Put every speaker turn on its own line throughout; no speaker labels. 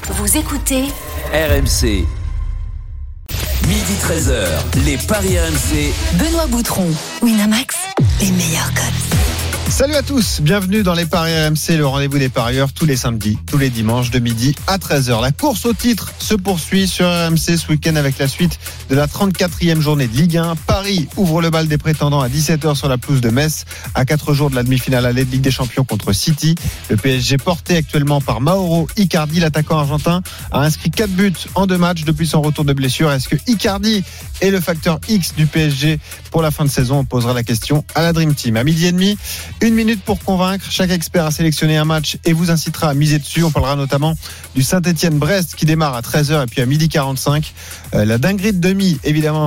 Vous écoutez
RMC. Midi 13h, les paris RMC.
Benoît Boutron, Winamax, les meilleurs codes.
Salut à tous, bienvenue dans les paris RMC, le rendez-vous des parieurs tous les samedis, tous les dimanches de midi à 13h. La course au titre se poursuit sur RMC ce week-end avec la suite de la 34e journée de Ligue 1. Paris ouvre le bal des prétendants à 17h sur la pelouse de Metz, à 4 jours de la demi-finale aller de Ligue des Champions contre City. Le PSG porté actuellement par Mauro Icardi, l'attaquant argentin, a inscrit 4 buts en 2 matchs depuis son retour de blessure. Est-ce que Icardi est le facteur X du PSG pour la fin de saison? On posera la question à la Dream Team. À midi et demi, 1 minute pour convaincre. Chaque expert a sélectionné un match et vous incitera à miser dessus. On parlera notamment du Saint-Etienne-Brest qui démarre à 13h et puis à 12h45. La dinguerie de Denis,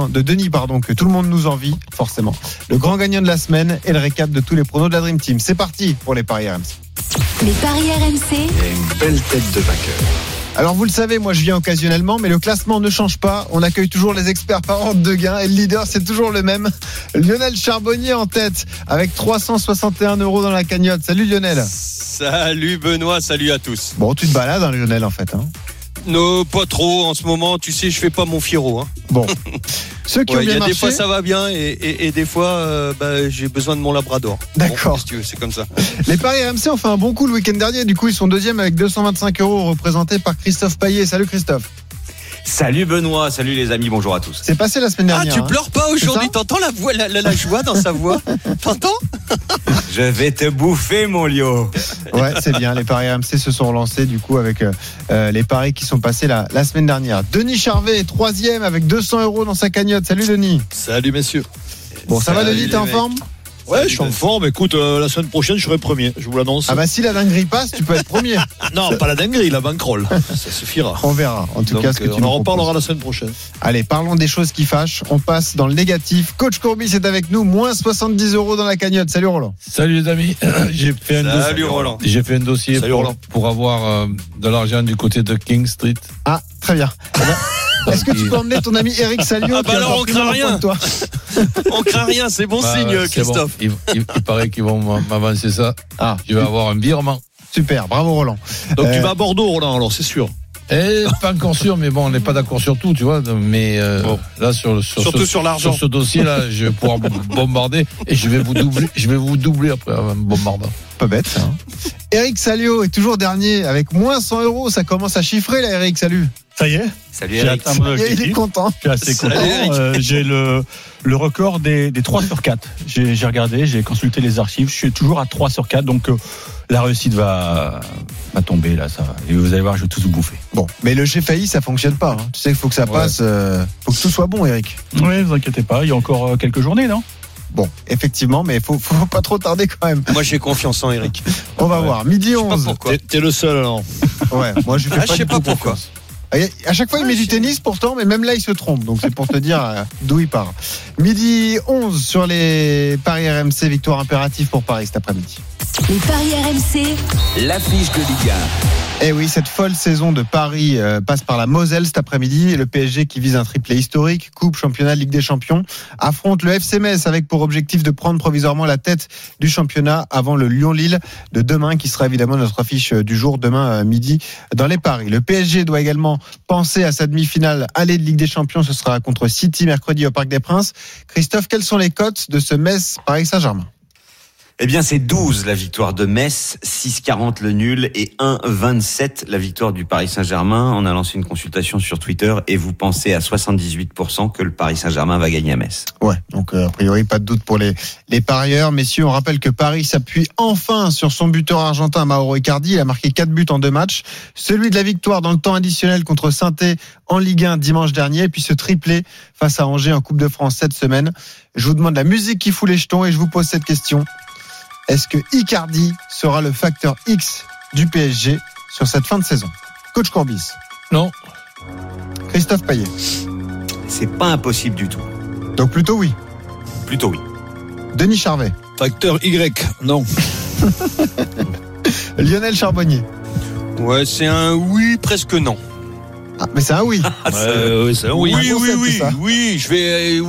que tout le monde nous envie, forcément. Le grand gagnant de la semaine et le récap de tous les pronos de la Dream Team. C'est parti pour les paris RMC.
Les paris RMC.
Il y a une belle tête de vainqueur.
Alors vous le savez, moi je viens occasionnellement, mais le classement ne change pas. On accueille toujours les experts par ordre de gain et le leader c'est toujours le même. Lionel Charbonnier en tête avec 361 € dans la cagnotte. Salut Lionel.
Salut Benoît, salut à tous.
Bon, tu te balades Lionel en fait.
Non, pas trop en ce moment, tu sais, je fais pas mon Firo.
Bon, ceux qui ont bien marché.
Des fois ça va bien et des fois j'ai besoin de mon Labrador.
D'accord.
Bon, si tu veux, c'est comme ça.
Les paris RMC ont fait un bon coup le week-end dernier. Du coup, ils sont deuxième avec 225 € représentés par Christophe Payet. Salut Christophe.
Salut Benoît, salut les amis, bonjour à tous.
C'est passé la semaine dernière.
Ah, tu pleures pas aujourd'hui, t'entends la voix, la joie dans sa voix? T'entends?
Je vais te bouffer mon lion.
Ouais, c'est bien, les paris RMC se sont relancés du coup avec les paris qui sont passés la semaine dernière. Denis Charvet, 3e avec 200 € dans sa cagnotte. Salut Denis.
Salut messieurs.
Bon, ça va Denis, t'es en forme?
Ouais, je suis en forme. Écoute, la semaine prochaine, je serai premier. Je vous l'annonce.
Ah bah si la dinguerie passe, tu peux être premier.
Non, pas la dinguerie, la bankroll. Ça suffira.
On verra. En tout cas, ce que tu
on
nous
en reparlera
proposes.
la semaine prochaine.
Allez, parlons des choses qui fâchent. On passe dans le négatif. Coach Courbis est avec nous. Moins 70 € dans la cagnotte. Salut Roland.
Salut les amis. J'ai fait un dossier
Salut, Roland.
pour avoir de l'argent du côté de King Street.
Ah, très bien. Est-ce que tu peux emmener ton ami Eric Salio?
Ah bah alors on craint rien. On craint rien, c'est bon signe
C'est
Christophe.
Bon. Il paraît qu'ils vont m'avancer ça.
Ah,
Je vais avoir un virement.
super. Bravo Roland.
Donc tu vas à Bordeaux, Roland, alors c'est sûr.
Pas encore sûr, mais bon, on n'est pas d'accord sur tout, tu vois. Mais là,
Surtout sur l'argent.
Sur ce dossier-là, je vais pouvoir bombarder et je vais vous doubler après un bombardement.
Pas bête, ça. Eric Salio est toujours dernier avec moins 100 €. Ça commence à chiffrer là, Eric. Salut.
Ça y est,
Salut
j'ai
Eric.
atteint mon
Il est
objectif.
content.
Je suis assez
Salut,
content.
Eric.
J'ai le record des 3 sur 4. J'ai regardé, j'ai consulté les archives. Je suis toujours à 3 sur 4. Donc la réussite va tomber là. Ça va. Et vous allez voir, je vais tout vous bouffer.
Bon, mais le j'ai failli, ça fonctionne pas. Tu sais qu'il faut que ça passe. Faut que tout soit bon, Eric.
Oui, vous inquiétez pas. Il y a encore quelques journées, non?
Bon, effectivement, mais faut pas trop tarder quand même.
Moi j'ai confiance en Eric.
On va voir. Midi
Je sais pas
11.
pourquoi.
T'es le seul alors.
Ouais, moi je fais
Ah,
pas
je sais
du
pas
tout
pourquoi.
confiance. À chaque fois, il met du tennis pourtant, mais même là, il se trompe. Donc, c'est pour te dire d'où il part. Midi 11 sur les paris RMC. Victoire impérative pour Paris cet après-midi.
Les paris RMC.
L'affiche de Ligue 1.
Eh oui, cette folle saison de Paris passe par la Moselle cet après-midi. Le PSG qui vise un triplé historique, Coupe, Championnat, Ligue des Champions, affronte le FC Metz avec pour objectif de prendre provisoirement la tête du championnat avant le Lyon-Lille de demain, qui sera évidemment notre affiche du jour demain midi dans les paris. Le PSG doit également penser à sa demi-finale aller de Ligue des Champions. Ce sera contre City mercredi au Parc des Princes. Christophe, quelles sont les cotes de ce Metz-Paris Saint-Germain?
Eh bien c'est 12 la victoire de Metz, 6,40 le nul et 1,27 la victoire du Paris Saint-Germain. On a lancé une consultation sur Twitter et vous pensez à 78% que le Paris Saint-Germain va gagner à Metz.
Ouais, donc a priori pas de doute pour les parieurs. Messieurs, on rappelle que Paris s'appuie enfin sur son buteur argentin Mauro Icardi. Il a marqué 4 buts en 2 matchs. Celui de la victoire dans le temps additionnel contre Saint-Étienne en Ligue 1 dimanche dernier, et puis ce triplé face à Angers en Coupe de France cette semaine. Je vous demande la musique qui fout les jetons et je vous pose cette question. Est-ce que Icardi sera le facteur X du PSG sur cette fin de saison? Coach Courbis.
Non.
Christophe Payet.
C'est pas impossible du tout.
Donc plutôt oui.
Plutôt oui.
Denis Charvet.
Facteur Y, non.
Lionel Charbonnier.
Ouais, c'est un oui, presque non.
Ah, mais c'est un oui.
Oui, c'est un
Oui,
oui.
un concept, c'est ça.
je vais,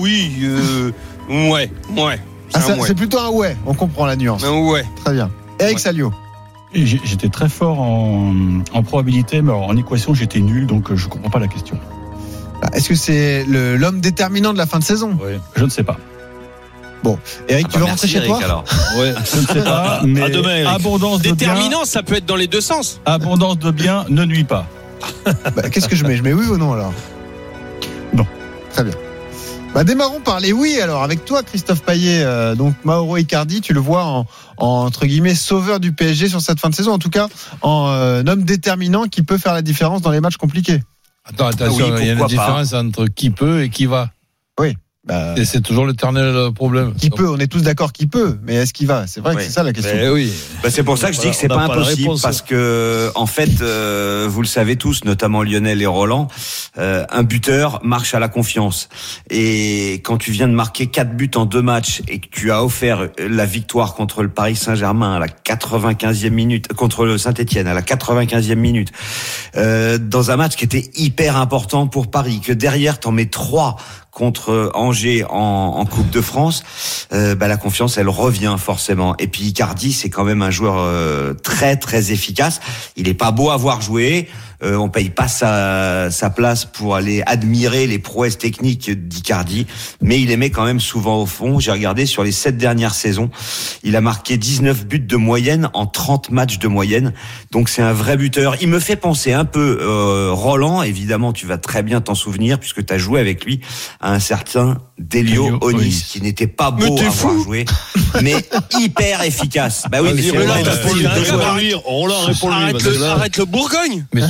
ouais.
C'est plutôt un ouais. On comprend la nuance.
Un ouais.
Très bien. Eric
Ouais.
Salio.
J'étais très fort en probabilité, mais en équation, j'étais nul, donc je comprends pas la question.
Est-ce que c'est l'homme déterminant de la fin de saison?
Je ne sais pas.
Bon, Eric, tu veux rentrer chez toi?
Alors.
Ouais.
Je ne sais pas, mais
À demain, Eric.
abondance de bien,
Déterminant, ça peut être dans les deux sens.
abondance de bien ne nuit pas.
Qu'est-ce que je mets? Je mets oui ou non alors?
Non.
Très bien. Démarrons par les oui alors avec toi Christophe Payet. Donc Mauro Icardi, tu le vois en entre guillemets sauveur du PSG sur cette fin de saison, en tout cas en homme déterminant qui peut faire la différence dans les matchs compliqués.
Attention, il y a une différence entre qui peut et qui va.
Oui.
Et c'est toujours l'éternel problème.
Qui peut, on est tous d'accord qu'il peut, mais est-ce qu'il va? C'est vrai que c'est ça la question.
Oui.
C'est pour ça que je dis que c'est pas impossible, parce que en fait, vous le savez tous, notamment Lionel et Roland, un buteur marche à la confiance. Et quand tu viens de marquer 4 buts en 2 matchs et que tu as offert la victoire contre le Paris Saint-Germain à la 95e minute, contre le Saint-Etienne à la 95e minute, dans un match qui était hyper important pour Paris, que derrière t'en mets 3 contre Angers en Coupe de France, la confiance elle revient forcément. Et puis Icardi, c'est quand même un joueur très très efficace. Il est pas beau à voir jouer. On paye pas sa place pour aller admirer les prouesses techniques d'Icardi, mais il les met quand même souvent au fond. J'ai regardé sur les 7 dernières saisons, il a marqué 19 buts de moyenne en 30 matchs de moyenne. Donc c'est un vrai buteur. Il me fait penser un peu Roland, évidemment tu vas très bien t'en souvenir puisque tu as joué avec lui, à un certain Delio Onis, qui n'était pas beau à voir jouer, mais hyper efficace. Bah oui, mais c'est
Roland, réponds-lui.
Arrête le Bourgogne.
Mais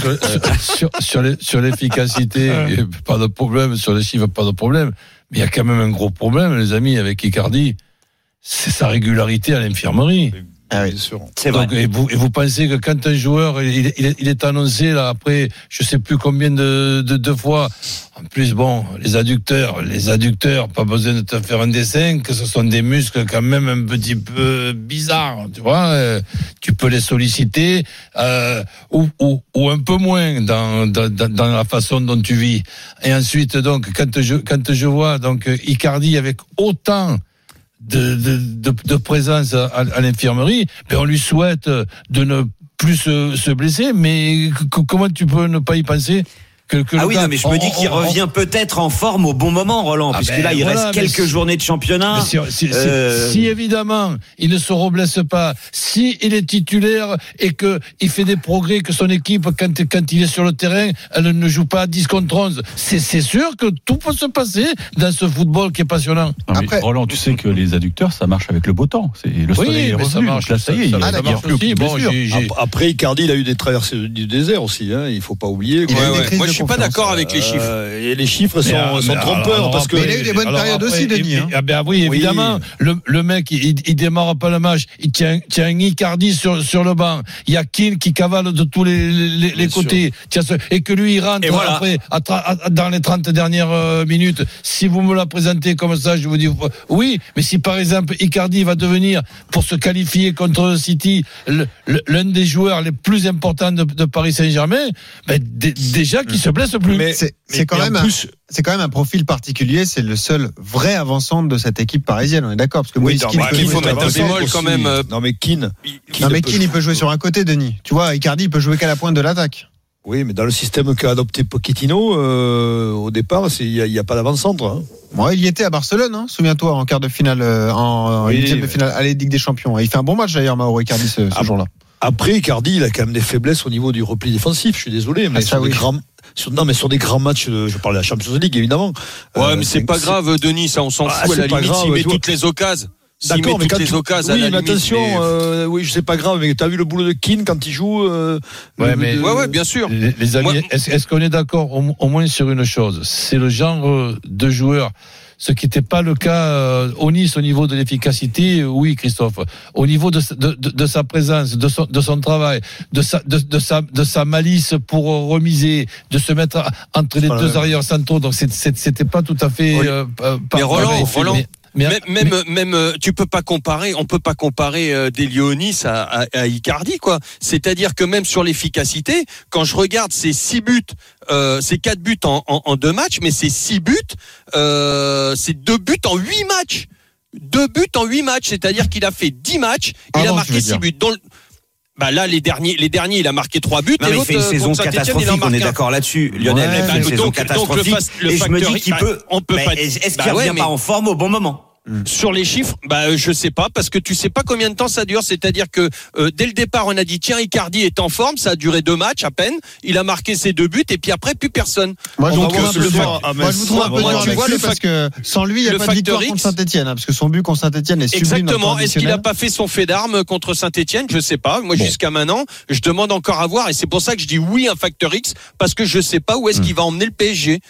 sur l'efficacité, pas de problème. Sur les chiffres, pas de problème. Mais il y a quand même un gros problème, les amis, avec Icardi. C'est sa régularité à l'infirmerie.
Ah oui,
bien sûr.
C'est vrai.
Donc, et vous pensez que quand un joueur il est annoncé là après je sais plus combien de fois, en plus bon les adducteurs pas besoin de te faire un dessin, que ce sont des muscles quand même un petit peu bizarres, tu vois, tu peux les solliciter ou un peu moins dans la façon dont tu vis. Et ensuite donc quand je vois donc Icardi avec autant de présence à l'infirmerie, on lui souhaite de ne plus se blesser, mais comment tu peux ne pas y penser?
Oui, non, mais je me dis qu'il revient peut-être en forme au bon moment, Roland, puisque là, il reste quelques journées de championnat.
Si évidemment, il ne se reblesse pas, si il est titulaire et que il fait des progrès, que son équipe, quand il est sur le terrain, elle ne joue pas à 10 contre 11, c'est sûr que tout peut se passer dans ce football qui est passionnant.
Après, Roland, tu sais que les adducteurs, ça marche avec le beau temps. C'est le soleil est revenu,
ça marche.
Donc là, ça y est,
ça marche aussi. Bon,
Après, Icardi, il a eu des traversées du désert aussi. Il faut pas oublier.
Moi, je suis pas d'accord avec les chiffres.
Et les chiffres sont trompeurs parce que.
Mais il a eu des bonnes périodes aussi, Denis.
Oui, évidemment. Le mec, il démarre pas le match. Il tient un Icardi sur le banc. Il y a Keane qui cavale de tous les côtés. Et que lui, il rentre après, dans les 30 dernières minutes. Si vous me la présentez comme ça, je vous dis oui. Mais si par exemple, Icardi va devenir, pour se qualifier contre City, l'un des joueurs les plus importants de Paris Saint-Germain, déjà qu'il se blesse plus.
Mais c'est quand même un profil particulier. C'est le seul vrai avant-centre de cette équipe parisienne. On est d'accord, parce que
il faut mettre un bémol quand même.
Non mais Keane,
il peut jouer sur un côté, Denis. Tu vois, Icardi, il peut jouer qu'à la pointe de l'attaque.
Oui, mais dans le système qu'a adopté Pochettino, au départ, il n'y a pas d'avant-centre.
Bon, il y était à Barcelone, souviens-toi, en quart de finale, en huitième de finale à la Ligue des Champions. Il fait un bon match d'ailleurs, Mauro Icardi, ce jour-là.
Après, Icardi, il a quand même des faiblesses au niveau du repli défensif. Je suis désolé, mais sur des grands matchs, je parle de la Champions League évidemment.
Ouais, mais c'est pas grave, Denis, ça on s'en fout. À la limite, s'il met toutes les occasions.
D'accord, mais toutes les occasions. Oui, mais attention, c'est pas grave, mais t'as vu le boulot de Keane quand il joue.
Ouais, bien sûr.
Les amis, est-ce qu'on est d'accord au moins sur une chose? C'est le genre de joueur. Ce qui n'était pas le cas au Nice au niveau de l'efficacité, oui, Christophe. Au niveau de sa présence, de son travail, de sa malice pour remiser, de se mettre entre les deux arrières centraux. Donc c'était pas tout à fait.
Mais Roland. Même tu peux pas comparer, on peut pas comparer Delio Onis à Icardi, quoi. C'est-à-dire que même sur l'efficacité, quand je regarde ces 6 buts, c'est 4 buts en 2 matchs, mais c'est 6 buts, c'est 2 buts en 8 matchs. 2 buts en 8 matchs, c'est-à-dire qu'il a fait 10 matchs, il a marqué 6 buts. Bah là, les derniers, il a marqué 3 buts.
Non,
et
mais il fait une saison catastrophique, on est d'accord là-dessus. Lionel, il fait une saison catastrophique. Et je me dis qu'il peut. Est-ce qu'il revient pas en forme au bon moment?
Sur les chiffres, je sais pas, parce que tu sais pas combien de temps ça dure. C'est-à-dire que dès le départ, on a dit tiens, Icardi est en forme. Ça a duré 2 matchs à peine. Il a marqué ses 2 buts et puis après plus personne.
Moi, je vous trouve un peu dur avec lui parce que sans lui, il n'y a pas de victoire contre Saint-Etienne, parce que son but contre Saint-Etienne est sublime.
Exactement. Est-ce qu'il a pas fait son fait d'armes contre Saint-Etienne? Je sais pas. Moi, jusqu'à maintenant, je demande encore à voir, et c'est pour ça que je dis oui un facteur X, parce que je sais pas où est-ce qu'il va emmener le PSG.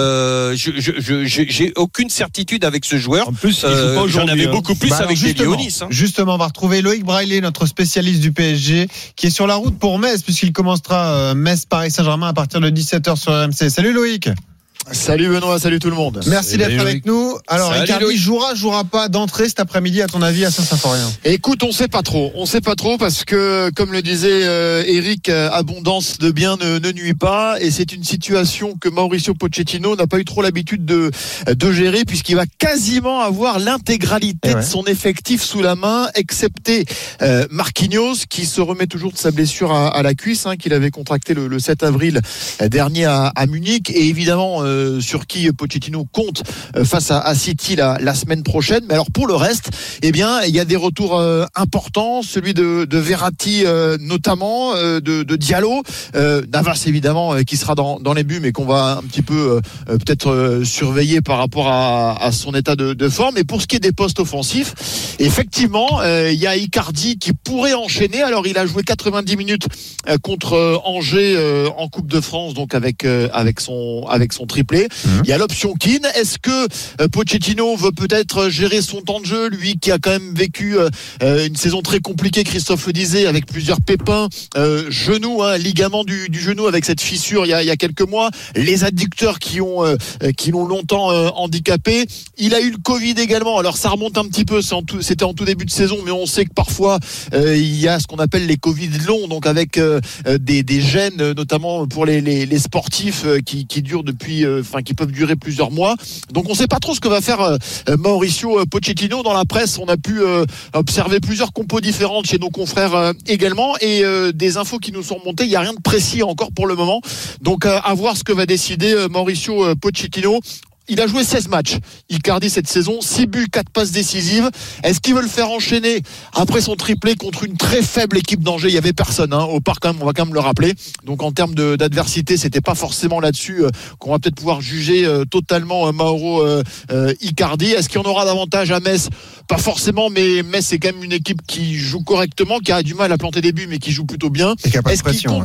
J'ai aucune certitude avec ce joueur.
En plus,
j'en avais beaucoup plus avec des Lyonis.
Justement, on va retrouver Loïc Braillet, notre spécialiste du PSG, qui est sur la route pour Metz, puisqu'il commencera Metz-Paris Saint-Germain à partir de 17h sur RMC. Salut Loïc.
Salut Benoît, salut tout le monde.
Merci d'être avec nous. Alors, Icardi jouera pas d'entrée cet après-midi, à ton avis, à Saint-Symphorien?
Écoute, on sait pas trop parce que, comme le disait Eric, abondance de biens ne nuit pas, et c'est une situation que Mauricio Pochettino n'a pas eu trop l'habitude de gérer, puisqu'il va quasiment avoir l'intégralité de son effectif sous la main, excepté Marquinhos, qui se remet toujours de sa blessure à la cuisse, qu'il avait contracté le 7 avril dernier à Munich, et évidemment sur qui Pochettino compte face à City la semaine prochaine. Mais alors pour le reste, eh bien, il y a des retours importants, celui de Verratti notamment, de Diallo, Navas évidemment qui sera dans les buts, mais qu'on va un petit peu peut-être surveiller par rapport à son état de forme. Et pour ce qui est des postes offensifs, effectivement, il y a Icardi qui pourrait enchaîner. Alors il a joué 90 minutes contre Angers en Coupe de France, donc avec son triplé. Il y a l'option Keane. Est-ce que Pochettino veut peut-être gérer son temps de jeu, lui qui a quand même vécu une saison très compliquée, Christophe le disait, avec plusieurs pépins, genou, ligament du genou avec cette fissure il y a quelques mois, les adducteurs qui l'ont longtemps handicapé. Il a eu le Covid également. Alors ça remonte un petit peu, c'était en tout début de saison, mais on sait que parfois il y a ce qu'on appelle les Covid longs, donc avec des gènes, notamment pour les sportifs qui durent depuis, qui peuvent durer plusieurs mois. Donc on ne sait pas trop ce que va faire Mauricio Pochettino. Dans la presse, on a pu observer plusieurs compos différentes chez nos confrères également, et des infos qui nous sont remontées. Il n'y a rien de précis encore pour le moment. Donc à voir ce que va décider Mauricio Pochettino. Il a joué 16 matchs, Icardi, cette saison, 6 buts, 4 passes décisives. Est-ce qu'il veut le faire enchaîner après son triplé contre une très faible équipe d'Angers? Il n'y avait personne au parc, on va quand même le rappeler. Donc en termes d'adversité, c'était pas forcément là-dessus qu'on va peut-être pouvoir juger totalement Mauro Icardi. Est-ce qu'il y en aura davantage à Metz? Pas forcément, mais Metz, c'est quand même une équipe qui joue correctement, qui a du mal à planter des buts, mais qui joue plutôt bien. Est-ce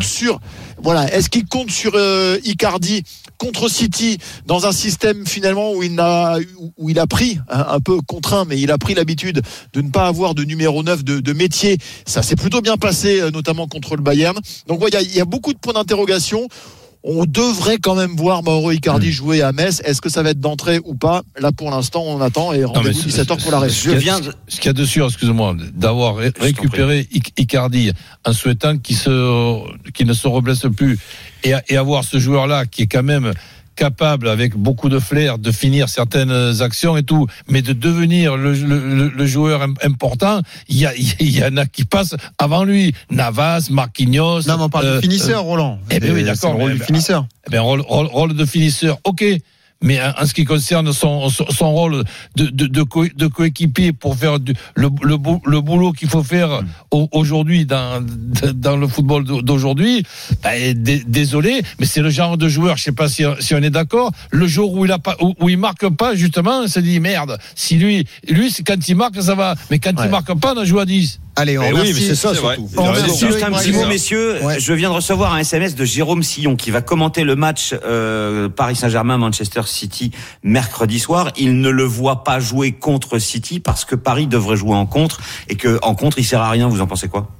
qu'il compte sur Icardi contre City dans un système finalement où il a pris un peu contraint, mais il a pris l'habitude de ne pas avoir de numéro 9 de métier? Ça s'est plutôt bien passé, notamment contre le Bayern. Donc il y a beaucoup de points d'interrogation. On devrait quand même voir Mauro Icardi jouer à Metz. Est-ce que ça va être d'entrée ou pas? Là, pour l'instant, on attend, et rendez-vous 17h pour la reste.
Ce qu'il y a de sûr, excuse-moi, d'avoir récupéré Icardi en souhaitant qu'il ne se reblesse plus, et avoir ce joueur-là qui est quand même capable, avec beaucoup de flair, de finir certaines actions et tout, mais de devenir le joueur important, il y en a qui passent avant lui. Navas, Marquinhos.
Non, mais on parle de finisseur, Roland.
Eh bien oui, d'accord.
C'est le rôle du finisseur.
Eh bien, rôle de finisseur, ok. Mais en ce qui concerne son rôle de coéquipier pour faire le boulot qu'il faut faire aujourd'hui dans le football d'aujourd'hui, désolé, mais c'est le genre de joueur, je sais pas si on est d'accord, le jour où il marque pas, justement, on se dit merde, si lui c'est quand il marque, ça va, mais quand il marque pas, on a joué à 10.
Allez, on remercie.
Oui, mais c'est ça surtout.
Juste un petit mot, messieurs. Ouais. Je viens de recevoir un SMS de Jérôme Sillon qui va commenter le match Paris Saint-Germain-Manchester City mercredi soir. Il ne le voit pas jouer contre City parce que Paris devrait jouer en contre, et que en contre il sert à rien. Vous en pensez quoi?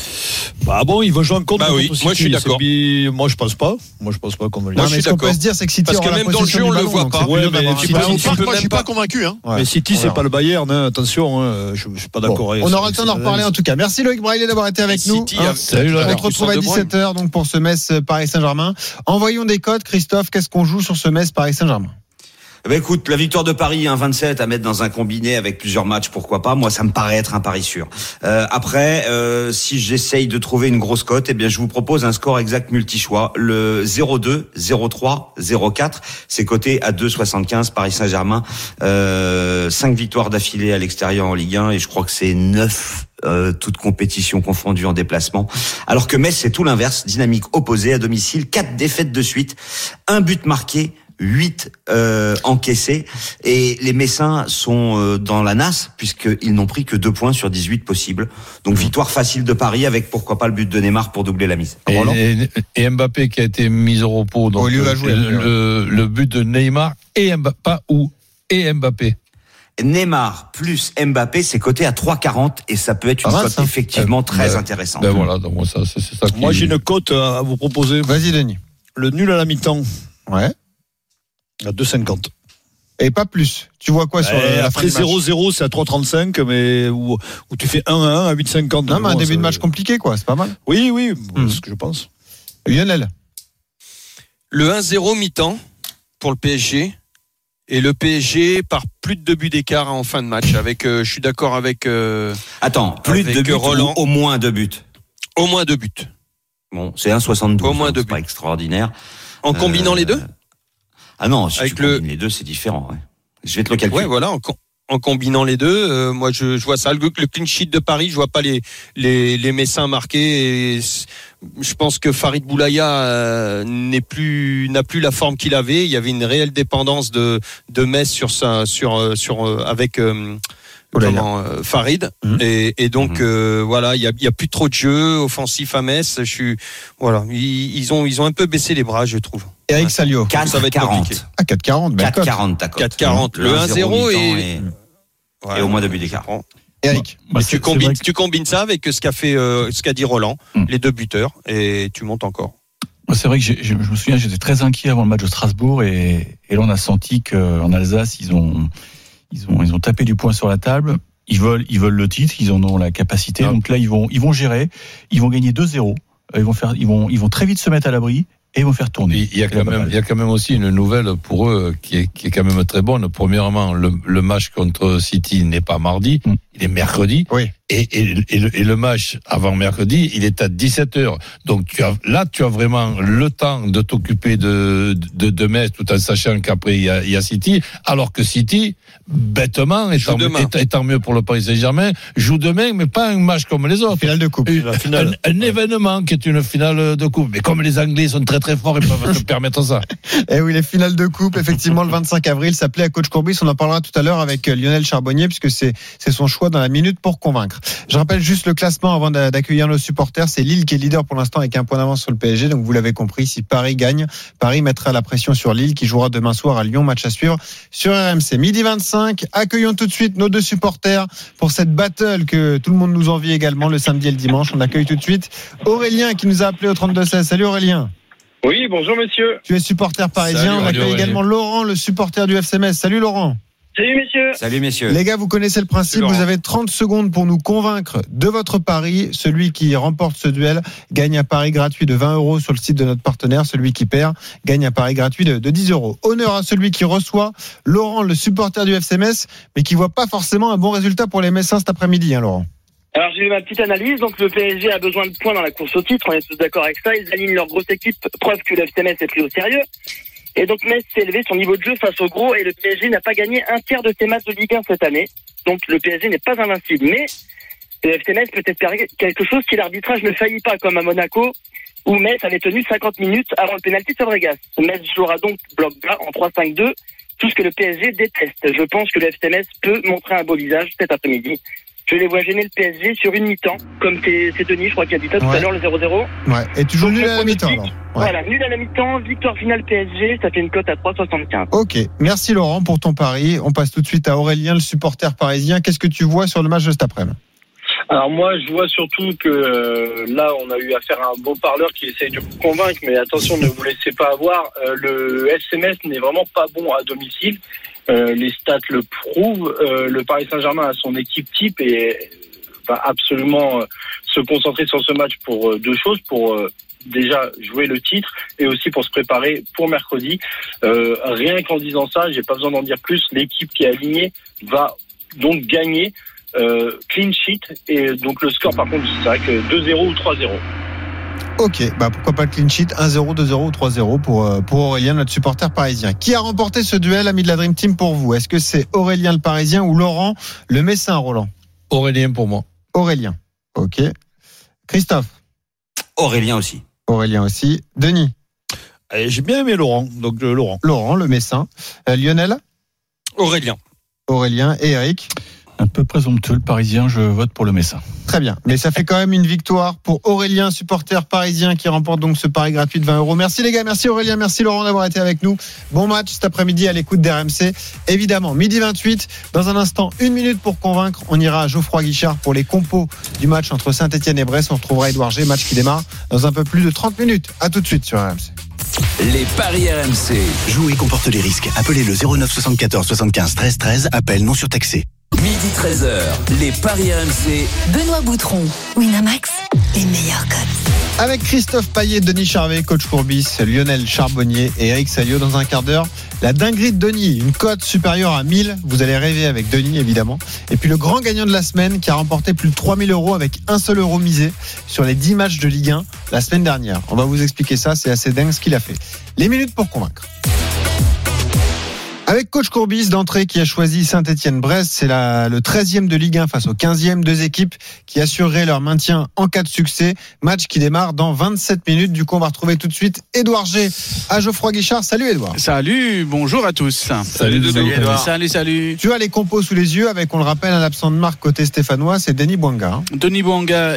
Il va jouer en contre.
Oui,
City.
Moi je suis d'accord.
Moi je pense pas qu'on va le
dire. Mais ce qu'on peut se dire, c'est que City,
parce que même dans le jeu on le voit pas.
Moi je suis pas convaincu.
Mais City c'est pas le Bayern, attention, je suis pas d'accord avec ça.
On aura le temps d'en reparler en tout cas. Merci Loïc Braillet d'avoir été avec nous.
Salut,
on se retrouve à 17h donc pour ce Metz Paris Saint-Germain. Envoyons des codes. Christophe, qu'est-ce qu'on joue sur ce Metz Paris Saint-Germain?
Écoute, la victoire de Paris, 1,27 à mettre dans un combiné avec plusieurs matchs, pourquoi pas. Moi, ça me paraît être un pari sûr. Après, si j'essaye de trouver une grosse cote, eh bien, je vous propose un score exact multi-choix. Le 0-2, 0-3, 0-4, c'est coté à 2,75. Paris Saint-Germain, 5 victoires d'affilée à l'extérieur en Ligue 1 et je crois que c'est 9 toute compétition confondue en déplacement. Alors que Metz, c'est tout l'inverse, dynamique opposée à domicile, 4 défaites de suite, 1 but marqué, 8 encaissés, et les Messins sont dans la nasse puisqu'ils n'ont pris que 2 points sur 18 possibles. Donc victoire facile de Paris avec pourquoi pas le but de Neymar pour doubler la mise.
Et Mbappé qui a été mis au repos. Donc le but de Neymar et Mbappé.
Neymar plus Mbappé, c'est coté à 3,40 et ça peut être une cote effectivement très intéressante.
Ben voilà, donc moi, c'est ça.
Moi j'ai une cote à vous proposer.
Vas-y Denis.
Le nul à la mi-temps.
Ouais.
À 2,50.
Et pas plus. Tu vois quoi sur la
après 0-0, c'est à 3,35, mais où tu fais 1-1 à 8,50.
Non, mais un début de match compliqué, quoi. C'est pas mal.
Oui, c'est ce que je pense.
Lionel.
Le 1-0 mi-temps pour le PSG. Et le PSG par plus de 2 buts d'écart en fin de match. Je suis d'accord avec.
Attends, plus de 2 buts Roland. Ou au moins 2 buts.
Au moins 2 buts.
Bon, c'est 1,72.
Au moins 2 buts.
Pas extraordinaire.
En combinant les deux.
Ah non, si tu combines les deux, c'est différent. Ouais. Je vais te le calculer.
Ouais, voilà. En combinant les deux, moi je vois ça. Le clean sheet de Paris, je vois pas les Messins marqués. Et je pense que Farid Boulaya n'a plus la forme qu'il avait. Il y avait une réelle dépendance de Metz avec Farid. Et donc voilà, il y a plus trop de jeu offensif à Metz. Ils ont un peu baissé les bras, je trouve.
Eric Salio.
Ça va être compliqué.
4,40.
4,40 ta cote.
4,40. Le 1-0
et au moins 2 buts d'écart.
Eric.
Tu combines ça avec ce qu'a dit Roland, les 2 buteurs, et tu montes encore.
C'est vrai que je me souviens, j'étais très inquiet avant le match de Strasbourg, et là on a senti qu'en Alsace ils ont tapé du poing sur la table. Ils veulent le titre, ils en ont la capacité. Donc là ils vont gérer, ils vont gagner 2-0. Ils vont très vite se mettre à l'abri. Et ils vont faire tourner.
Il y a quand même aussi une nouvelle pour eux qui est quand même très bonne. Premièrement, le match contre City n'est pas mardi, il est mercredi.
Oui.
Et le match avant mercredi, il est à 17h. Donc tu as vraiment le temps de t'occuper de Metz, tout en sachant qu'après il y a City, alors que City, bêtement, étant mieux pour le Paris Saint-Germain, joue demain, mais pas un match comme les autres.
Finale de coupe.
Un événement qui est une finale de coupe. Mais comme les Anglais sont très très forts, ils peuvent se permettre ça.
Et oui, les finales de coupe, effectivement, le 25 avril, ça plaît à Coach Courbis. On en parlera tout à l'heure avec Lionel Charbonnier, puisque c'est son choix dans la minute pour convaincre. Je rappelle juste le classement avant d'accueillir nos supporters. C'est Lille qui est leader pour l'instant avec un point d'avance sur le PSG. Donc vous l'avez compris, si Paris gagne, Paris mettra la pression sur Lille qui jouera demain soir à Lyon. Match à suivre sur RMC. Midi 25. Accueillons tout de suite nos 2 supporters pour cette battle que tout le monde nous envie également le samedi et le dimanche. On accueille tout de suite Aurélien qui nous a appelé au 32-16. Salut Aurélien.
Oui, bonjour monsieur.
Tu es supporter parisien. Salut, on accueille également Laurent, le supporter du FC Metz. Salut Laurent.
Salut messieurs.
Salut messieurs.
Les gars, vous connaissez le principe, vous avez 30 secondes pour nous convaincre de votre pari. Celui qui remporte ce duel gagne un pari gratuit de 20 € sur le site de notre partenaire. Celui qui perd gagne un pari gratuit de 10 €. Honneur à celui qui reçoit Laurent, le supporter du FC Metz, mais qui voit pas forcément un bon résultat pour les Messins cet après-midi, hein, Laurent.
Alors j'ai eu ma petite analyse, donc le PSG a besoin de points dans la course au titre, on est tous d'accord avec ça, ils alignent leur grosse équipe, preuve que le FC Metz est pris au sérieux. Et donc Metz s'est élevé son niveau de jeu face au gros et le PSG n'a pas gagné un tiers de ses matchs de Ligue 1 cette année. Donc le PSG n'est pas invincible. Mais le FC Metz peut espérer quelque chose si l'arbitrage ne faillit pas comme à Monaco où Metz avait tenu 50 minutes avant le pénalty de Fabregas. Metz jouera donc bloc bas en 3-5-2, tout ce que le PSG déteste. Je pense que le FC Metz peut montrer un beau visage cet après-midi. Je les vois gêner le PSG sur une mi-temps, comme c'est Denis, je crois qu'il a dit ça tout à l'heure, le 0-0.
Ouais, et tu joues nul à la mi-temps, alors.
Voilà, nul à la mi-temps, victoire finale PSG, ça fait une cote à 3,75.
Ok, merci Laurent pour ton pari. On passe tout de suite à Aurélien, le supporter parisien. Qu'est-ce que tu vois sur le match de cet après-midi ?
Alors moi, je vois surtout que là, on a eu affaire à un beau parleur qui essaye de vous convaincre, mais attention, ne vous laissez pas avoir. Le FC Metz n'est vraiment pas bon à domicile. Les stats le prouvent. Le Paris Saint-Germain a son équipe type et va absolument se concentrer sur ce match pour 2 choses, pour
déjà jouer le titre et aussi pour se préparer pour mercredi. Rien qu'en disant ça, j'ai pas besoin d'en dire plus. L'équipe qui est alignée va donc gagner clean sheet et donc le score par contre c'est vrai que 2-0 ou 3-0.
Ok, pourquoi pas le clean sheet 1-0, 2-0 ou 3-0 pour Aurélien, notre supporter parisien. Qui a remporté ce duel, ami de la Dream Team, pour vous? Est-ce que c'est Aurélien le Parisien ou Laurent le Messin, Roland?
Aurélien pour moi.
Aurélien, ok. Christophe?
Aurélien aussi.
Aurélien aussi. Denis?
J'ai bien aimé Laurent, donc Laurent.
Laurent le Messin. Lionel?
Aurélien.
Aurélien. Et Eric?
Un peu présomptueux, le Parisien, je vote pour le Messin.
Très bien, mais ça fait quand même une victoire pour Aurélien, supporter parisien, qui remporte donc ce pari gratuit de 20 €. Merci les gars, merci Aurélien, merci Laurent d'avoir été avec nous. Bon match cet après-midi à l'écoute d'RMC. Évidemment, 12h28, dans un instant, 1 minute pour convaincre. On ira à Geoffroy Guichard pour les compos du match entre Saint-Etienne et Brest. On retrouvera Edouard G, match qui démarre dans un peu plus de 30 minutes. À tout de suite sur RMC.
Les paris RMC.
Jouer comporte les risques. Appelez le 09 74 75 13 13. Appel non surtaxé.
Midi 13h, les paris RMC.
Benoît Boutron, Winamax, les meilleurs codes.
Avec Christophe Payet, Denis Charvet, coach Courbis, Lionel Charbonnier et Eric Salio dans un quart d'heure. La dinguerie de Denis, une cote supérieure à 1000. Vous allez rêver avec Denis, évidemment. Et puis le grand gagnant de la semaine qui a remporté plus de 3000 € avec un seul euro misé sur les 10 matchs de Ligue 1 la semaine dernière. On va vous expliquer ça, c'est assez dingue ce qu'il a fait. Les minutes pour convaincre. Avec coach Courbis d'entrée qui a choisi Saint-Etienne-Brest, c'est le 13e de Ligue 1 face au 15e, deux équipes qui assureraient leur maintien en cas de succès. Match qui démarre dans 27 minutes. Du coup, on va retrouver tout de suite Edouard G à Geoffroy Guichard. Salut Edouard.
Salut, bonjour à tous.
Salut
Edouard. Salut.
Tu as les compos sous les yeux avec, on le rappelle, un absent de marque côté stéphanois, c'est Denis Bouanga.
Denis Bouanga,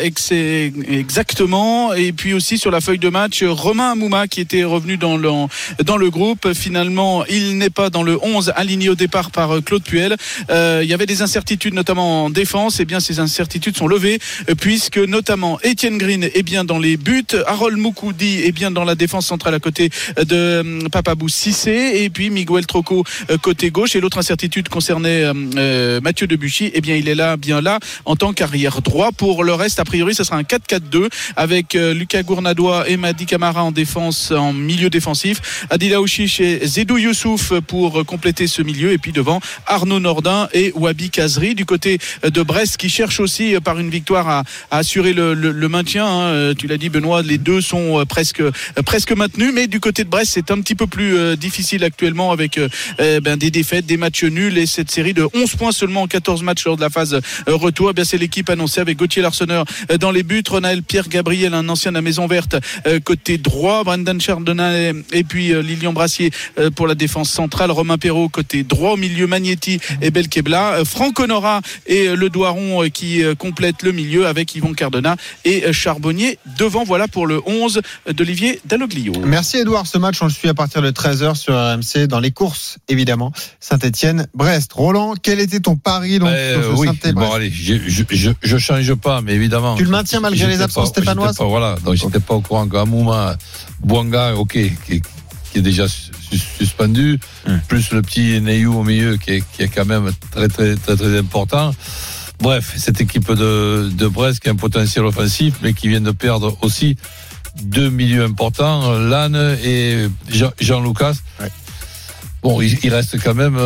exactement. Et puis aussi sur la feuille de match, Romain Amouma qui était revenu dans le groupe. Finalement, il n'est pas dans le 11 aligné au départ par Claude Puel. Il y avait des incertitudes notamment en défense. Et bien ces incertitudes sont levées puisque notamment Étienne Green est bien dans les buts, Harold Moukoudi est bien dans la défense centrale à côté de Papabou Cissé et puis Miguel Troco côté gauche. Et l'autre incertitude concernait Mathieu Debuchy. Et bien il est là, bien là en tant qu'arrière droit. Pour le reste, a priori, ce sera un 4-4-2 avec Lucas Gournadois et Madi Camara en défense, en milieu défensif. Adil Aouchiche et Zedou Youssouf pour compléter ce milieu et puis devant Arnaud Nordin et Wabi Kazri du côté de Brest qui cherche aussi par une victoire à assurer le maintien. Tu l'as dit Benoît, les deux sont presque maintenus, mais du côté de Brest c'est un petit peu plus difficile actuellement avec des défaites, des matchs nuls et cette série de 11 points seulement en 14 matchs lors de la phase retour. C'est l'équipe annoncée avec Gauthier Larsonneur dans les buts, Ronaël Pierre Gabriel, un ancien de la Maison Verte côté droit, Brendan Chardonnay et puis Lilian Brassier pour la défense centrale, Romain Perrault côté droit, au milieu Magnetti et Belkebla, Franck Honora et Le Doiron qui complètent le milieu avec Yvon Cardona et Charbonnier devant. Voilà pour le 11 d'Olivier Dalloglio.
Merci Edouard, ce match on le suit à partir de 13h sur RMC dans les courses évidemment. Saint-Etienne, Brest. Roland, quel était ton pari donc sur ce Saint-Etienne?
Bon allez, je change pas, mais évidemment.
Tu le maintiens malgré les absences stéphanoises?
Voilà, donc j'étais pas au courant qu'Amouma, Bouanga, ok, qui est déjà suspendu, plus le petit Neyou au milieu qui est quand même très important. Bref, cette équipe de Brest qui a un potentiel offensif, mais qui vient de perdre aussi deux milieux importants, Lannes et Jean Lucas. Ouais. Bon, il reste quand même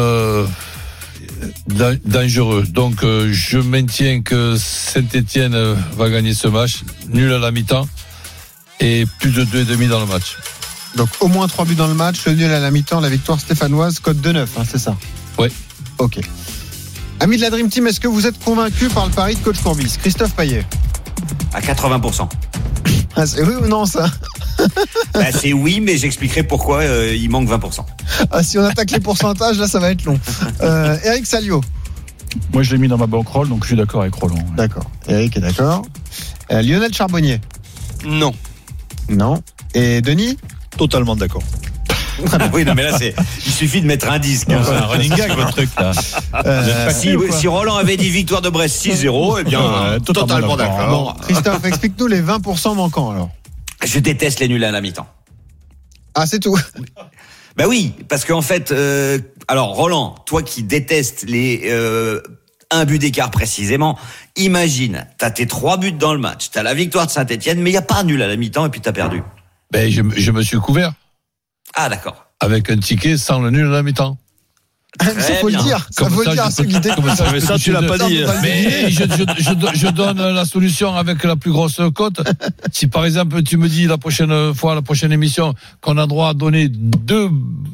dangereux. Donc, je maintiens que Saint-Etienne va gagner ce match, nul à la mi-temps et plus de 2,5 dans le match.
Donc au moins 3 buts dans le match, le nul à la mi-temps, la victoire stéphanoise, cote 2,9, c'est ça?
Oui.
Ok. Amis de la Dream Team, est-ce que vous êtes convaincus par le pari de coach Courbis? Christophe Payet?
À 80%.
Ah, c'est oui ou non ça?
C'est oui, mais j'expliquerai pourquoi il manque 20%.
Ah, si on attaque les pourcentages, là ça va être long. Eric Salio?
Moi je l'ai mis dans ma bankroll, donc je suis d'accord avec Roland.
D'accord. Eric est d'accord. Lionel Charbonnier?
Non.
Non. Et Denis?
Totalement d'accord.
Oui, non, mais là, il suffit de mettre un disque.
C'est un running gag, votre truc, là.
Si Roland avait dit victoire de Brest 6-0, eh bien, totalement d'accord.
Bon, Christophe, explique-nous les 20% manquants, alors.
Je déteste les nuls à la mi-temps.
Ah, c'est tout?
Bah oui, parce qu'en fait, alors, Roland, toi qui détestes les un but d'écart précisément. Imagine, t'as tes 3 buts dans le match, t'as la victoire de Saint-Etienne, mais il n'y a pas nul à la mi-temps et puis t'as perdu.
Ben, je me suis couvert.
Ah, d'accord.
Avec un ticket sans le nul à la mi-temps.
Ça faut le dire. Ça faut le dire.
Ça, tu l'as pas dit.
Mais je donne la solution avec la plus grosse cote. Si par exemple tu me dis la prochaine émission qu'on a droit à donner 2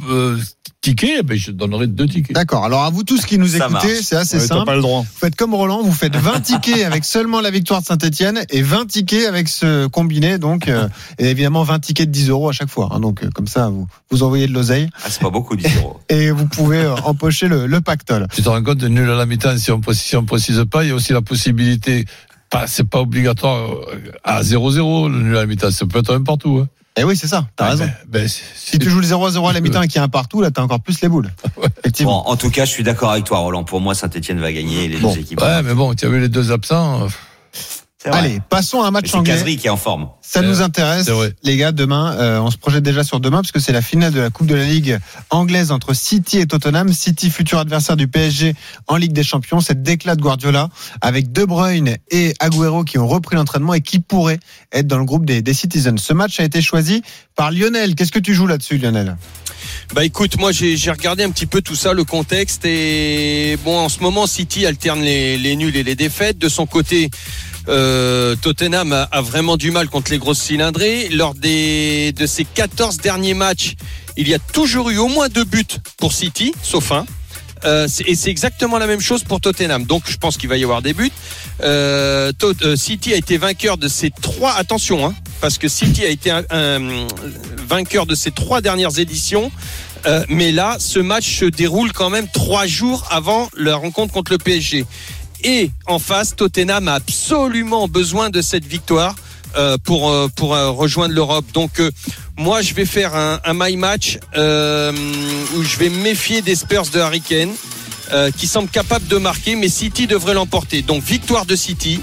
tickets, ben je donnerai 2 tickets.
D'accord. Alors à vous tous qui nous écoutez, c'est assez simple.
Pas le droit.
Vous faites comme Roland, vous faites 20 tickets avec seulement la victoire de Saint-Etienne et 20 tickets avec ce combiné, donc et évidemment 20 tickets de 10 € à chaque fois. Hein, donc comme ça, vous envoyez de l'oseille.
Ah, c'est pas beaucoup 10 €.
Et vous pouvez empocher le pactole.
Tu te rends compte de nul à la mi-temps, si on précise pas, il y a aussi la possibilité, c'est pas obligatoire à 0-0 le nul à la mi-temps, ça peut être un partout. Hein.
Eh oui, c'est ça, t'as raison. Si tu joues le 0-0 à la mi-temps et qu'il y a un partout, là, t'as encore plus les boules.
Bon, en tout cas, je suis d'accord avec toi, Roland. Pour moi, Saint-Etienne va gagner les 2 équipes.
Ouais, mais bon, tu as vu les 2 absents.
Allez, passons à un match anglais.
C'est Casery qui est en forme.
Ça nous intéresse, les gars. Demain, on se projette déjà sur demain parce que c'est la finale de la Coupe de la Ligue anglaise entre City et Tottenham. City, futur adversaire du PSG en Ligue des Champions. Cette déclat de Guardiola avec De Bruyne et Agüero qui ont repris l'entraînement et qui pourraient être dans le groupe des Citizens. Ce match a été choisi par Lionel. Qu'est-ce que tu joues là-dessus, Lionel ?
Bah écoute, moi j'ai regardé un petit peu tout ça, le contexte, et bon, en ce moment City alterne les nuls et les défaites. De son côté, Tottenham a vraiment du mal contre les grosses cylindrées. Lors de ses 14 derniers matchs, il y a toujours eu au moins 2 buts pour City, sauf un. Et c'est exactement la même chose pour Tottenham. Donc je pense qu'il va y avoir des buts. City a été vainqueur de ses 3. Attention, hein, parce que City a été un vainqueur de ses 3 dernières éditions. Mais là, ce match se déroule quand même 3 jours avant la rencontre contre le PSG. Et en face, Tottenham a absolument besoin de cette victoire pour rejoindre l'Europe. Donc moi, je vais faire un my match où je vais me méfier des Spurs de Harry Kane qui semblent capables de marquer, mais City devrait l'emporter. Donc victoire de City,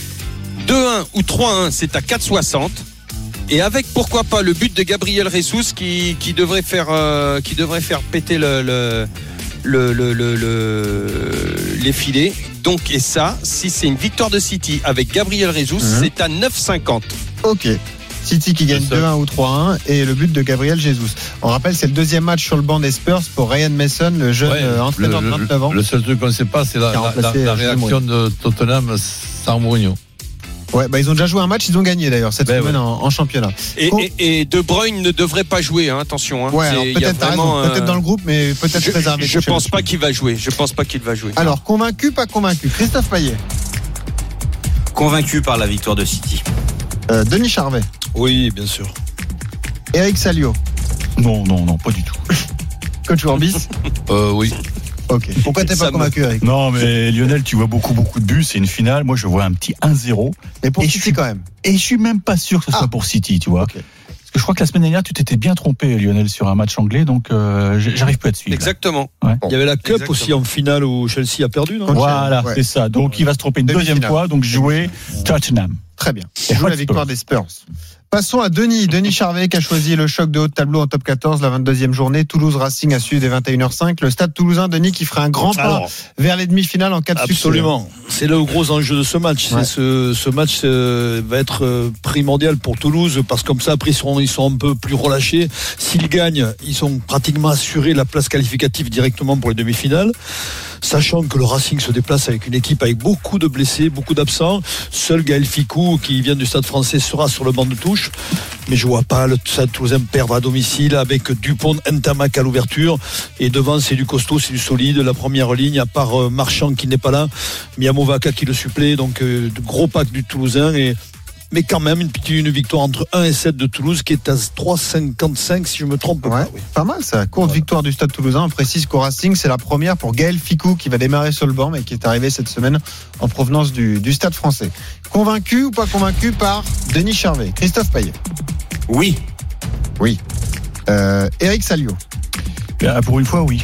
2-1 ou 3-1, c'est à 4,60. Et avec pourquoi pas le but de Gabriel Jesus qui devrait faire péter les filets. Donc, et ça, si c'est une victoire de City avec Gabriel Jesus, c'est à 9,50.
Ok. City qui gagne 2-1 ou 3-1 et le but de Gabriel Jesus. On rappelle, c'est le 2e match sur le banc des Spurs pour Ryan Mason, le jeune entraîneur de 29 ans.
Le seul truc qu'on ne sait pas, c'est la réaction de Tottenham sans Mourinho.
Ouais, bah ils ont déjà joué un match, ils ont gagné d'ailleurs cette semaine en championnat.
Et De Bruyne ne devrait pas jouer, hein, attention. Hein.
Ouais, alors peut-être vraiment, peut-être dans le groupe, mais peut-être réservé.
Je pense pas qu'il va jouer. Je pense pas qu'il va jouer.
Alors convaincu, pas convaincu. Christophe Payet.
Convaincu par la victoire de City.
Denis Charvet.
Oui, bien sûr.
Eric Salio.
Non, pas du tout.
Coach Orbis.
Oui.
Ok. Pourquoi t'es pas convaincu, Eric ?
Non, mais Lionel, tu vois beaucoup de buts. C'est une finale. Moi, je vois un petit 1-0.
Mais pour City quand même.
Et je suis même pas sûr que ce soit pour City, tu vois. Okay. Parce que je crois que la semaine dernière, tu t'étais bien trompé, Lionel, sur un match anglais. Donc, j'arrive plus à te suivre.
Exactement.
Ouais. Il y avait la Cup aussi en finale où Chelsea a perdu, non ?
Voilà, c'est ça. Donc, il va se tromper une deuxième fois. Donc, jouer Tottenham.
Très bien. Joue la victoire des Spurs. Passons à Denis Charvet qui a choisi le choc de haut de tableau en top 14, la 22e journée. Toulouse Racing à suivre des 21h05. Le Stade Toulousain, Denis, qui fera un grand pas vers les demi-finales en cas de succès.
Absolument. C'est le gros enjeu de ce match. Ouais. Ce match va être primordial pour Toulouse parce que comme ça, après, ils sont un peu plus relâchés. S'ils gagnent, ils sont pratiquement assurés la place qualificative directement pour les demi-finales. Sachant que le Racing se déplace avec une équipe avec beaucoup de blessés, beaucoup d'absents. Seul Gaël Ficou, qui vient du Stade français, sera sur le banc de touche. Mais je vois pas le Stade Toulousain perdre à domicile avec Dupont, Ntamak à l'ouverture. Et devant, c'est du costaud, c'est du solide. La première ligne, à part Marchand qui n'est pas là, Miyamovaka qui le supplée. Donc, gros pack du Toulousain. Mais quand même, une victoire entre 1 et 7 de Toulouse qui est à 3,55 si je me trompe pas.
Oui. Pas mal ça, courte victoire du Stade Toulousain. On précise qu'au Racing, c'est la première pour Gaël Ficou qui va démarrer sur le banc mais qui est arrivé cette semaine en provenance du Stade français. Convaincu ou pas convaincu par Denis Charvet? Christophe Payet?
Oui.
Eric Salio?
Pour une fois, oui.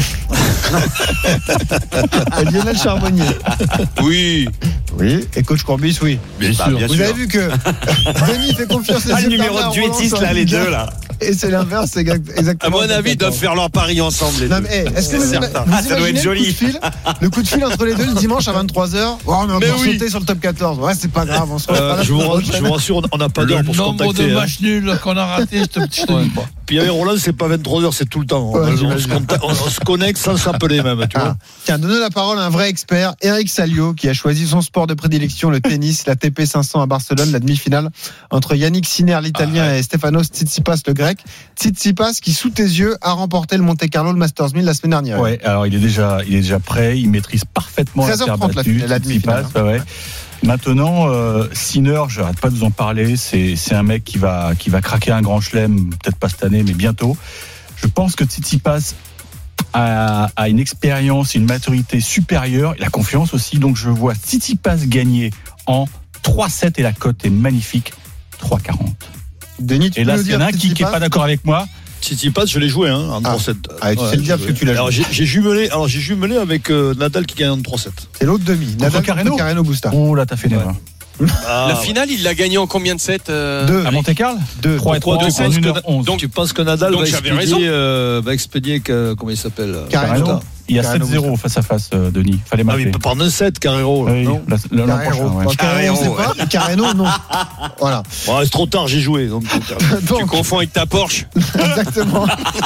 Lionel Charbonnier?
Oui.
Et coach Courbis, oui.
Bien sûr.
Vous avez vu que Denis fait confiance à
le numéro de duettiste là, les deux là.
Et c'est l'inverse, c'est exactement.
À mon avis, ils doivent faire leur pari ensemble. Les
non,
deux.
mais est-ce que vous
ça doit être joli.
Le coup de fil entre les deux le dimanche à 23h. Oh, on va sauter sur le top 14. Ouais, c'est pas grave. On se
je vous rassure, on n'a pas d'heure pour se contacter.
Le nombre de matchs nuls qu'on a ratés, je te dis pas.
Puis avec Roland, c'est pas 23h, c'est tout le temps.
Ouais,
on se connecte sans s'appeler même. Tu vois.
Tiens, donnons la parole à un vrai expert, Eric Salio, qui a choisi son sport de prédilection, le tennis, la TP 500 à Barcelone, la demi-finale entre Yannick Sinner, l'italien, et Stefanos Tsitsipas, le grec. Tsitsipas, qui sous tes yeux a remporté le Monte Carlo, le Masters 1000 la semaine dernière.
Ouais, alors il est déjà prêt, il maîtrise parfaitement la terre battue.
La demi-finale.
Ouais. Maintenant, Sinner, je n'arrête pas de vous en parler. C'est un mec qui va craquer un grand chelem, peut-être pas cette année, mais bientôt. Je pense que Tsitsipas a une expérience, une maturité supérieure, il a confiance aussi. Donc je vois Tsitsipas gagner en 3-7 et la cote est magnifique, 3,40.
Denis,
et là, s'il y en a un qui n'est pas d'accord avec moi.
Tsitsipas, je l'ai joué en 3-7.
Ah, tu sais le dire parce que tu l'as joué.
Alors j'ai jumelé avec Nadal qui gagne en 3-7.
C'est l'autre demi. Nadal Carreno Busta.
Oh là, t'as fait une erreur.
La finale, il l'a gagné en combien de sets
2
à Monte-Carlo
3 Donc tu penses que Nadal va expédier comment il s'appelle
Carreno.
Il y a 7-0 face à face, Denis. Fallait marquer.
Ah, mais prendre un 7, Carrero.
Oui,
non
l'an prochain. Ouais.
Carreno, on sait pas. Carreno, non. Voilà.
Bon, c'est trop tard, j'ai joué. Donc,
tu confonds avec ta Porsche.
Exactement.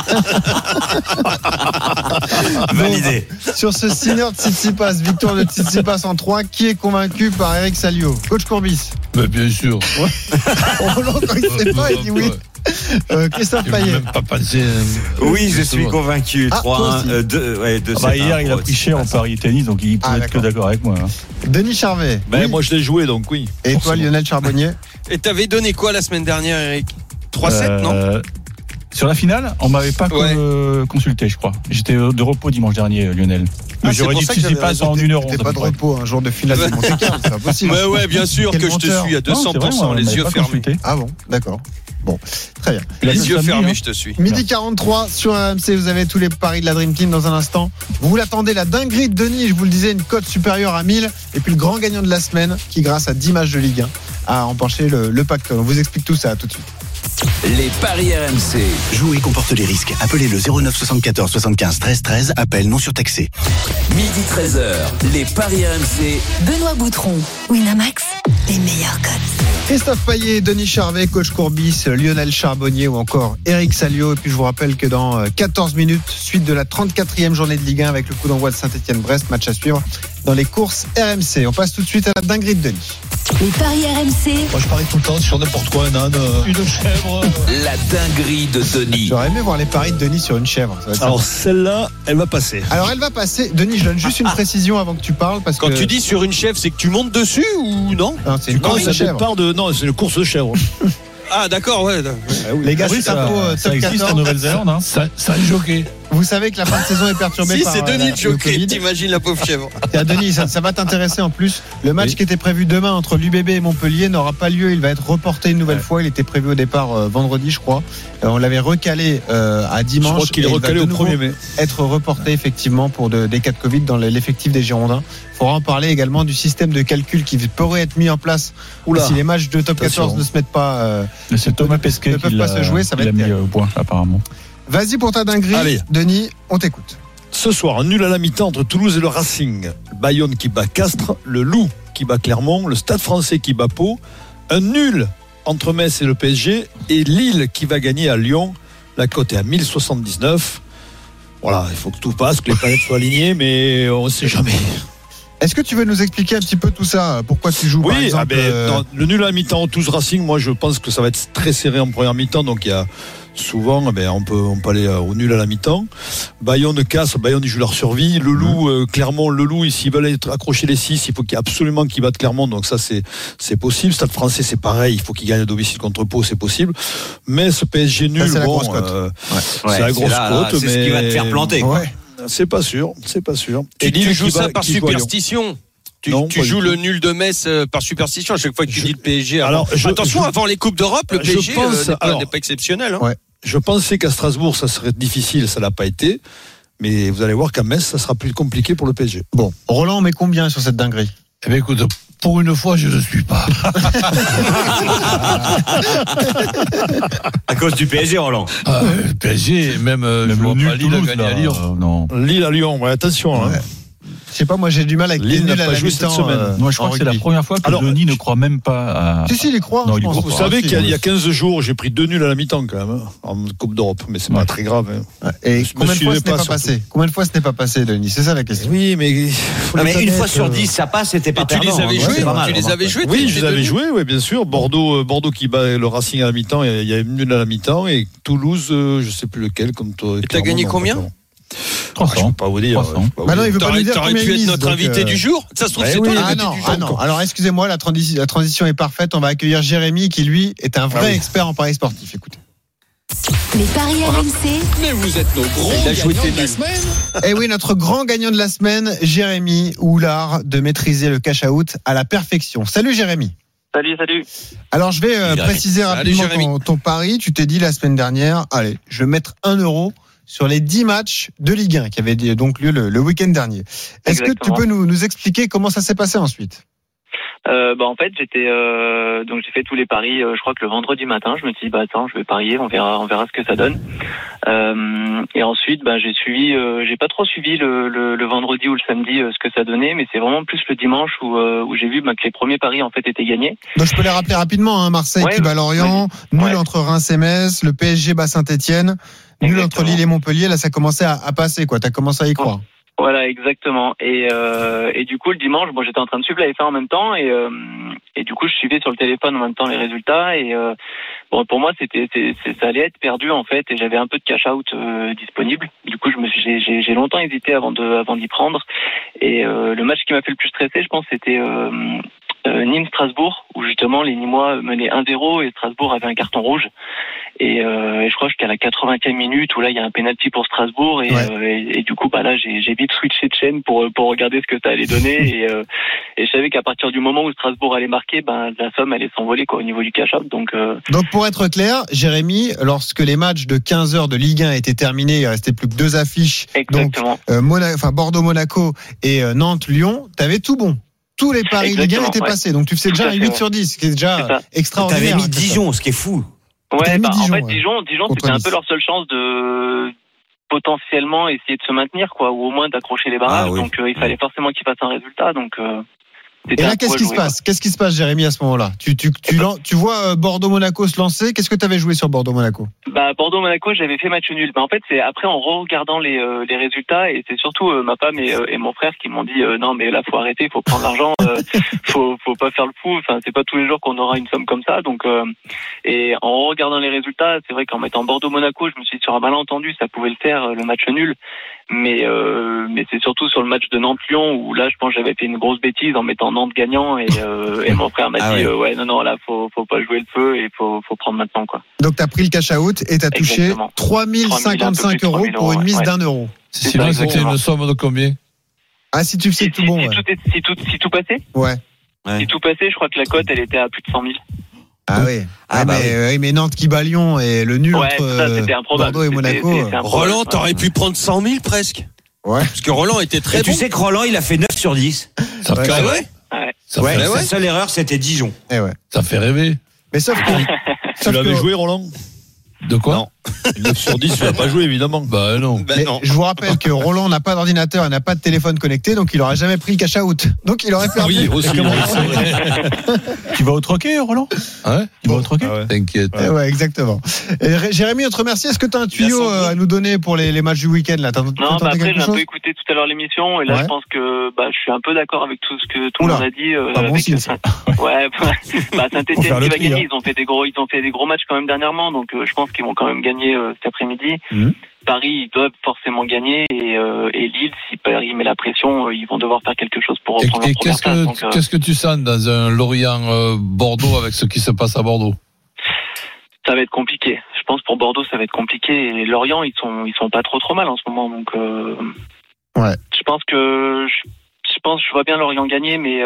Validé.
Sur ce Sinner Tsitsipas, victoire de Tsitsipas en 3, qui est convaincu par Eric Salio? Coach Courbis.
Mais bien sûr.
Ouais. Roland, quand il ne sait pas, il dit oui. Christophe Payet.
Même pas pensé.
Oui, je suis convaincu. 3-1, 2
hier, il a pris cher en Paris tennis, donc il peut être que d'accord avec moi.
Denis Charvet.
Oui. Moi, je l'ai joué, donc oui.
Et forcément. Toi, Lionel Charbonnier?
Et t'avais donné quoi la semaine dernière, Eric? 3-7, non?
Sur la finale, on m'avait pas consulté, je crois. J'étais de repos dimanche dernier, Lionel. Mais j'aurais dit que tu pas en 1h11.
T'es pas de repos un jour de finale de Monte Carlo, c'est pas possible.
Ouais, bien sûr que je te suis à 200%, les yeux fermés.
Ah bon, d'accord. Bon, très bien.
Les yeux fermés, je te suis.
Midi 43 sur RMC, vous avez tous les paris de la Dream Team dans un instant. Vous l'attendez, la dinguerie de Denis, je vous le disais, une cote supérieure à 1000. Et puis le grand gagnant de la semaine, qui grâce à 10 matchs de Ligue 1, a remporté le pactole. On vous explique tout ça tout de suite.
Les paris RMC.
Jouer comporte les risques. Appelez le 09 74 75 13 13. Appel non surtaxé.
Midi 13h. Les paris RMC.
Benoît Boutron, Winamax, les meilleurs cotes.
Christophe Payet, Denis Charvet, Coach Courbis, Lionel Charbonnier ou encore Eric Salio. Et puis je vous rappelle que dans 14 minutes, suite de la 34e journée de Ligue 1 avec le coup d'envoi de Saint-Etienne-Brest, match à suivre dans les courses RMC. On passe tout de suite à la dinguerie de Denis.
Les paris RMC.
Moi je parie tout le temps sur n'importe quoi, un âne, une chèvre.
La dinguerie de Denis.
J'aurais aimé voir les paris de Denis sur une chèvre.
Alors celle-là, elle va passer.
Alors elle va passer. Denis, je donne juste une précision avant que tu parles. Parce
Quand tu dis sur une chèvre, c'est que tu montes dessus ou non?
Non, c'est une course de chèvre.
Non, c'est une course de chèvre.
Ah d'accord, ouais.
Les gars, c'est un peu
ça existe en Nouvelle-Zélande, hein.
Ça a jockey.
Vous savez que la fin de saison est perturbée par
c'est Denis le jockey, t'imagines la pauvre chèvre.
Denis, ça va t'intéresser en plus. Le match qui était prévu demain entre l'UBB et Montpellier n'aura pas lieu. Il va être reporté une nouvelle fois. Il était prévu au départ vendredi, je crois. On l'avait recalé à dimanche.
Je crois qu'il est recalé au 1er mai.
Être reporté effectivement pour des cas de Covid dans l'effectif des Girondins. Il faudra en parler également du système de calcul qui pourrait être mis en place si les matchs de top 14 ne se mettent pas.
C'est Thomas Pesquet
ne peuvent pas se jouer. Ça va être
mis au point apparemment.
Vas-y pour ta dinguerie.
Allez.
Denis, on t'écoute.
Ce soir, un nul à la mi-temps entre Toulouse et le Racing. Bayonne qui bat Castres, le Loup qui bat Clermont, le Stade Français qui bat Pau. Un nul entre Metz et le PSG et Lille qui va gagner à Lyon. La cote est à 1079. Voilà, il faut que tout passe, que les planètes soient alignées, mais on ne sait jamais.
Est-ce que tu veux nous expliquer un petit peu tout ça? Pourquoi tu joues par exemple
le nul à la mi-temps Toulouse Racing, moi je pense que ça va être très serré en première mi-temps, donc il y a souvent on peut aller au nul à la mi-temps. Bayonne casse, Bayonne ils jouent leur survie. Le Loup, Clermont, le Loup, s'ils veulent accrocher les 6, il faut absolument qu'ils battent Clermont, donc ça c'est possible. Stade Français c'est pareil, il faut qu'ils gagnent à domicile contre Pau, c'est possible. Mais ce PSG nul,
c'est la
bon,
grosse cote.
C'est la grosse cote,
c'est ce qui va te faire planter. Quoi.
Ouais. C'est pas sûr.
Et tu joues ça par superstition. Tu joues le nul de Metz par superstition à chaque fois que tu dis le PSG. Attention, avant les Coupes d'Europe, le PSG n'est pas exceptionnel. Hein.
Ouais. Je pensais qu'à Strasbourg, ça serait difficile, ça l'a pas été. Mais vous allez voir qu'à Metz, ça sera plus compliqué pour le PSG.
Bon, Roland, on met combien sur cette dinguerie?
Eh bien, écoute, Pour une fois, je ne suis pas.
À cause du PSG, Roland.
Le PSG, même je vois pas Lille a gagné à Lyon.
Non. Lille à Lyon, ouais, attention.
Ouais. Je sais pas, moi j'ai du mal avec les nuls à la
joué cette
mi-temps.
semaine.
Moi, je crois que c'est la première fois que Denis ne croit même pas à.
Si, il y croit.
Non,
je pense.
Vous savez qu'il y a 15 jours, j'ai pris 2 nuls à la mi-temps quand même, en Coupe d'Europe, mais c'est pas très grave. Hein.
Et combien de fois ce n'est pas passé ? Combien de fois ce n'est pas passé, Denis ? C'est ça la question.
Oui, mais.
Une fois sur 10, ça passe, c'était pas
tu les avais joués, tu les avais joués.
Oui, je les avais joués, oui, bien sûr. Bordeaux qui bat le Racing à la mi-temps, il y a une nulle à la mi-temps, et Toulouse, je sais plus lequel, comme toi.
Et t'as gagné combien ?
300. Je peux pas vous dire.
Bah non, il veut pas nous dire
t'aurais pu être notre invité du jour. Ça se trouve, c'est toi l'invité du jour.
Non. Alors, excusez-moi, la transition est parfaite. On va accueillir Jérémy, qui lui est un vrai expert en paris sportif. Écoutez.
Les paris RMC.
Mais vous êtes nos gros gagnants de la semaine.
Eh oui, notre grand gagnant de la semaine, Jérémy, ou l'art de maîtriser le cash-out à la perfection. Salut Jérémy.
Salut.
Alors, je vais préciser rapidement ton pari. Tu t'es dit la semaine dernière, allez, je vais mettre 1 euro sur les 10 matchs de Ligue 1 qui avaient donc lieu le week-end dernier. Est-ce que tu peux nous expliquer comment ça s'est passé ensuite ?
En fait, j'ai fait tous les paris. Je crois que le vendredi matin, je me suis dit attends, je vais parier, on verra ce que ça donne. Et ensuite, j'ai pas trop suivi le vendredi ou le samedi ce que ça donnait, mais c'est vraiment plus le dimanche où j'ai vu que les premiers paris en fait étaient gagnés.
Donc je peux les rappeler rapidement, hein, Marseille qui bat Lorient, nul entre Reims et Metz, le PSG bat Saint-Etienne, nul entre Lille et Montpellier. Là, ça commençait à passer, quoi. T'as commencé à y croire.
Voilà, exactement. Et du coup, le dimanche, j'étais en train de suivre la F1 en même temps, et du coup, je suivais sur le téléphone en même temps les résultats. Et pour moi, ça allait être perdu en fait, et j'avais un peu de cash out disponible. Du coup, j'ai longtemps hésité avant d'y prendre. Et le match qui m'a fait le plus stresser, je pense, c'était Nîmes-Strasbourg, où justement les Nîmois menaient 1-0 et Strasbourg avait un carton rouge. Et je crois jusqu'à la 80e minute où là il y a un penalty pour Strasbourg et du coup là j'ai vite switché de chaîne pour regarder ce que ça allait donner et je savais qu'à partir du moment où Strasbourg allait marquer, la somme allait s'envoler au niveau du cash out. Donc
pour être clair, Jérémy, lorsque les matchs de 15h de Ligue 1 étaient terminés, il restait plus que 2 affiches.
Exactement.
Donc Bordeaux-Monaco et Nantes-Lyon, t'avais tout bon. Tous les paris Ligue 1 étaient passés. Donc tu faisais déjà un 8 sur 10, ce qui est déjà extraordinaire.
T'avais mis Dijon, ce qui est fou.
Ouais, Dijon, c'était un peu leur seule chance de potentiellement essayer de se maintenir, ou au moins d'accrocher les barrages. Donc il fallait forcément qu'ils fassent un résultat. Donc
et là, qu'est-ce qui se passe ? Qu'est-ce qui se passe, Jérémy, à ce moment-là ? Tu vois Bordeaux-Monaco se lancer. Qu'est-ce que tu avais joué sur Bordeaux-Monaco ?
Bordeaux-Monaco, j'avais fait match nul. En fait, c'est après en regardant les résultats, et c'est surtout ma femme et mon frère qui m'ont dit non, mais là, faut arrêter, faut prendre l'argent, faut pas faire le fou. Enfin, c'est pas tous les jours qu'on aura une somme comme ça. Donc, et en regardant les résultats, c'est vrai qu'en mettant Bordeaux-Monaco, je me suis dit sur un malentendu, ça pouvait le faire, le match nul. Mais c'est surtout sur le match de Nantes-Lyon où là, je pense que j'avais fait une grosse bêtise en mettant Nantes gagnant et mon frère m'a dit non, là, faut pas jouer le feu et faut prendre maintenant, quoi.
Donc t'as pris le cash out et t'as touché 3055 € pour une mise d'1 euro.
Sinon, c'était une somme de combien ?
Ah, si tu sais tout bon.
Si tout passait ?
Ouais.
Si tout passait, je crois que la cote, elle était à plus de 100 000.
Ah oui. Mais Nantes qui bat Lyon et le nul entre Bordeaux et Monaco.
Roland, t'aurais pu prendre 100 000 presque.
Ouais.
Parce que Roland était très bon.
Tu sais que Roland, il a fait 9 sur 10.
Ça fait
rêver.
Sa seule erreur, c'était Dijon.
Ça fait rêver.
Mais sauf que...
Tu l'avais joué, Roland ?
De quoi ?
Non. 9 sur 10, tu l'as pas joué, évidemment.
Non.
Non. Je vous rappelle que Roland n'a pas d'ordinateur, il n'a pas de téléphone connecté, donc il n'aurait jamais pris le cash out. Donc il aurait perdu.
Oui, aussi.
Tu vas au troquet, Roland ? Tu vas au troquet ?
T'inquiète.
Ouais, exactement. Et Jérémy, on te remercie. Est-ce que tu as un tuyau à nous donner pour les matchs du week-end là ?
Non, après j'ai un peu écouté tout à l'heure l'émission et là je pense que je suis un peu d'accord avec tout ce que tout le monde a dit. Saint-Etienne qui va gagner. Ils ont fait des gros matchs quand même dernièrement, donc je pense qu'ils vont quand même gagner cet après-midi. Paris, ils doivent forcément gagner et Lille, si Paris met la pression, ils vont devoir faire quelque chose pour reprendre leur première place.
Qu'est-ce que tu sens dans un Lorient-Bordeaux avec ce qui se passe à Bordeaux ?
Ça va être compliqué. Je pense pour Bordeaux, ça va être compliqué. Et Lorient, ils sont pas trop mal en ce moment. Donc, je pense que je vois bien Lorient gagner, mais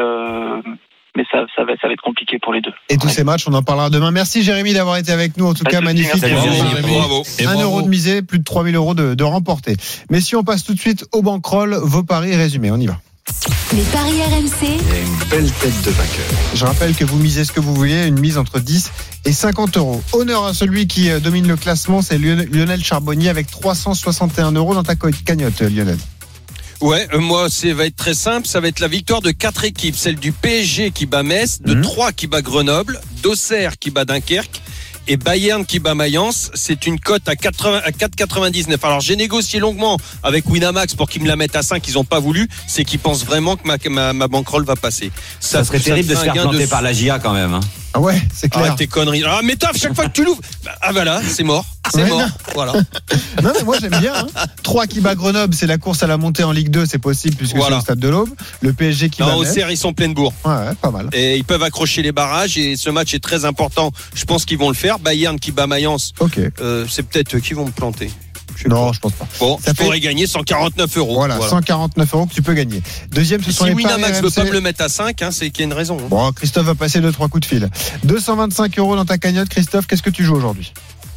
ça va être compliqué pour les deux.
Et tous ces matchs, on en parlera demain. Merci Jérémy d'avoir été avec nous. En tout cas, magnifique.
Bravo.
1 euro de misé, plus de 3 000 € de remporté. Mais si on passe tout de suite au bankroll, vos paris résumés. On y va.
Les paris RMC.
Il y a une belle tête de vainqueur.
Je rappelle que vous misez ce que vous voulez, une mise entre 10 et 50 euros. Honneur à celui qui domine le classement, c'est Lionel Charbonnier avec 361 euros dans ta cagnotte, Lionel.
Ouais, moi, va être très simple. Ça va être la victoire de 4 équipes. Celle du PSG qui bat Metz, de 3 qui bat Grenoble, d'Auxerre qui bat Dunkerque et Bayern qui bat Mayence. C'est une cote à 4,99. Alors, j'ai négocié longuement avec Winamax pour qu'ils me la mettent à 5. Ils n'ont pas voulu. C'est qu'ils pensent vraiment que ma bankroll va passer.
Ça serait terrible de se faire planter par la GIA quand même. Hein.
Ah ouais, c'est clair.
Arrête tes conneries. Ah, mais taf, chaque fois que tu l'ouvres. Ah, voilà, c'est mort. C'est mort. Voilà.
Non, mais moi, j'aime bien. 3 qui bat Grenoble, c'est la course à la montée en Ligue 2. C'est possible puisque c'est le stade de l'Aube. Le PSG qui bat.
Auxerre, ils sont pleins de bourre.
Ouais, pas mal.
Et ils peuvent accrocher les barrages. Et ce match est très important. Je pense qu'ils vont le faire. Bayern qui bat Mayence.
Ok.
C'est peut-être eux qui vont me planter.
Je pense pas.
Bon, ça pourrait gagner 149 euros.
Voilà, 149 euros que tu peux gagner. Deuxième, ce sont
si
les
Winamax ne veut pas me le mettre à 5, c'est qu'il y a une raison.
Bon, Christophe va passer 2-3 coups de fil. 225 euros dans ta cagnotte. Christophe, qu'est-ce que tu joues aujourd'hui ?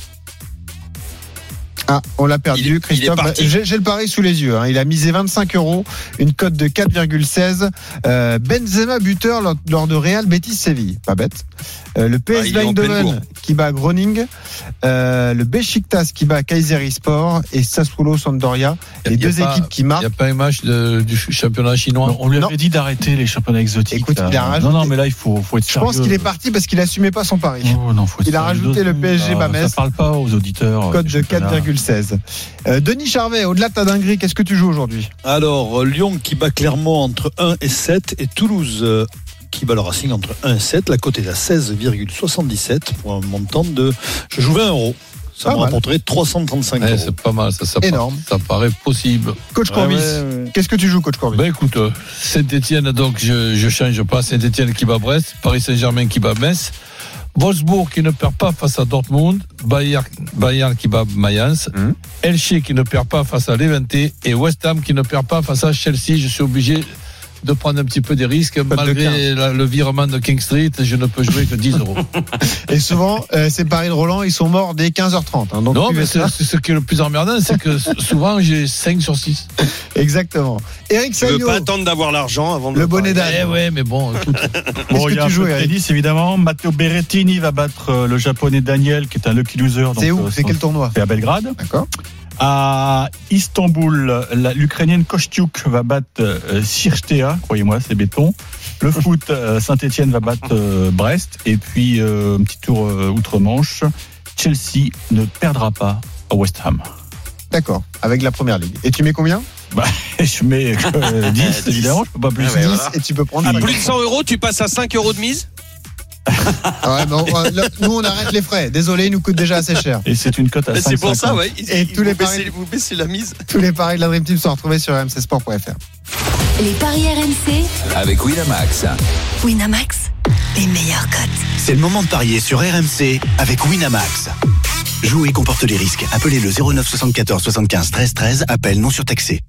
Ah, on l'a perdu, Christophe. J'ai le pari sous les yeux. Il a misé 25 euros, une cote de 4,16. Benzema buteur lors de Real Betis Séville. Pas bête. Le PSV Eindhoven qui bat Groningen. Le Beşiktaş qui bat Kayserispor et Sassuolo Sampdoria. Les deux équipes qui marquent.
Il n'y a pas un match du championnat chinois.
Non, on lui avait dit d'arrêter les championnats exotiques.
Écoute, il a rajouté.
Non, mais là, il faut être sérieux.
Je pense qu'il est parti parce qu'il n'assumait pas son pari. Il a rajouté le PSG Metz.
Ça parle pas aux auditeurs.
Cote de 4,16. Denis Charvet, au-delà de ta dinguerie, qu'est-ce que tu joues aujourd'hui ?
Alors, Lyon qui bat Clermont entre 1 et 7 et Toulouse qui bat le Racing entre 1 et 7. La cote est à 16,77 pour un montant de... Je joue 20 euros. Ça me rapporterait 335 euros.
C'est pas mal, ça
énorme.
Ça paraît possible.
Coach Corbis, qu'est-ce que tu joues, Coach Corbis ?
Écoute, Saint-Etienne, donc je change pas. Saint-Etienne qui bat Brest, Paris Saint-Germain qui bat Metz, Wolfsburg qui ne perd pas face à Dortmund, Bayern qui bat Mayence, Elche qui ne perd pas face à Levante et West Ham qui ne perd pas face à Chelsea. Je suis obligé de prendre un petit peu des risques. Malgré le virement de King Street, je ne peux jouer que 10 euros.
Et souvent, ces paris de Roland, ils sont morts dès 15h30. Donc
non, mais c'est ce qui est le plus emmerdant, c'est que souvent j'ai 5 sur 6.
Exactement. Eric Salio.
Tu veux pas attendre d'avoir l'argent avant de
le bonnet d'âne.
Ouais, mais bon, écoute.
Bon, il y a un peu de tennis, évidemment. Matteo Berrettini va battre le japonais Daniel, qui est un lucky loser.
C'est où ? C'est quel tournoi ?
C'est à Belgrade.
D'accord.
À Istanbul, l'Ukrainienne Kostiuk va battre Sirchtea, croyez-moi, c'est béton. Le foot, Saint-Etienne va battre Brest. Et puis, un petit tour outre-Manche, Chelsea ne perdra pas à West Ham.
D'accord, avec la première ligue. Et tu mets combien ?
Je mets 10, évidemment, je peux pas plus.
10 et tu peux prendre...
À plus de 100 euros, tu passes à 5 euros de mise ?
Nous on arrête les frais. Désolé, il nous coûte déjà assez cher.
Et c'est une cote à 5,50.
C'est pour ça, ouais.
Et tous les paris,
vous baissez la mise.
Tous les paris de la Dream Team sont retrouvés sur rmcsport.fr.
Les paris RMC
avec Winamax.
Winamax, les meilleurs cotes.
C'est le moment de parier sur RMC avec Winamax. Jouer comporte les risques. Appelez le 09 74 75 13 13. Appel non surtaxé.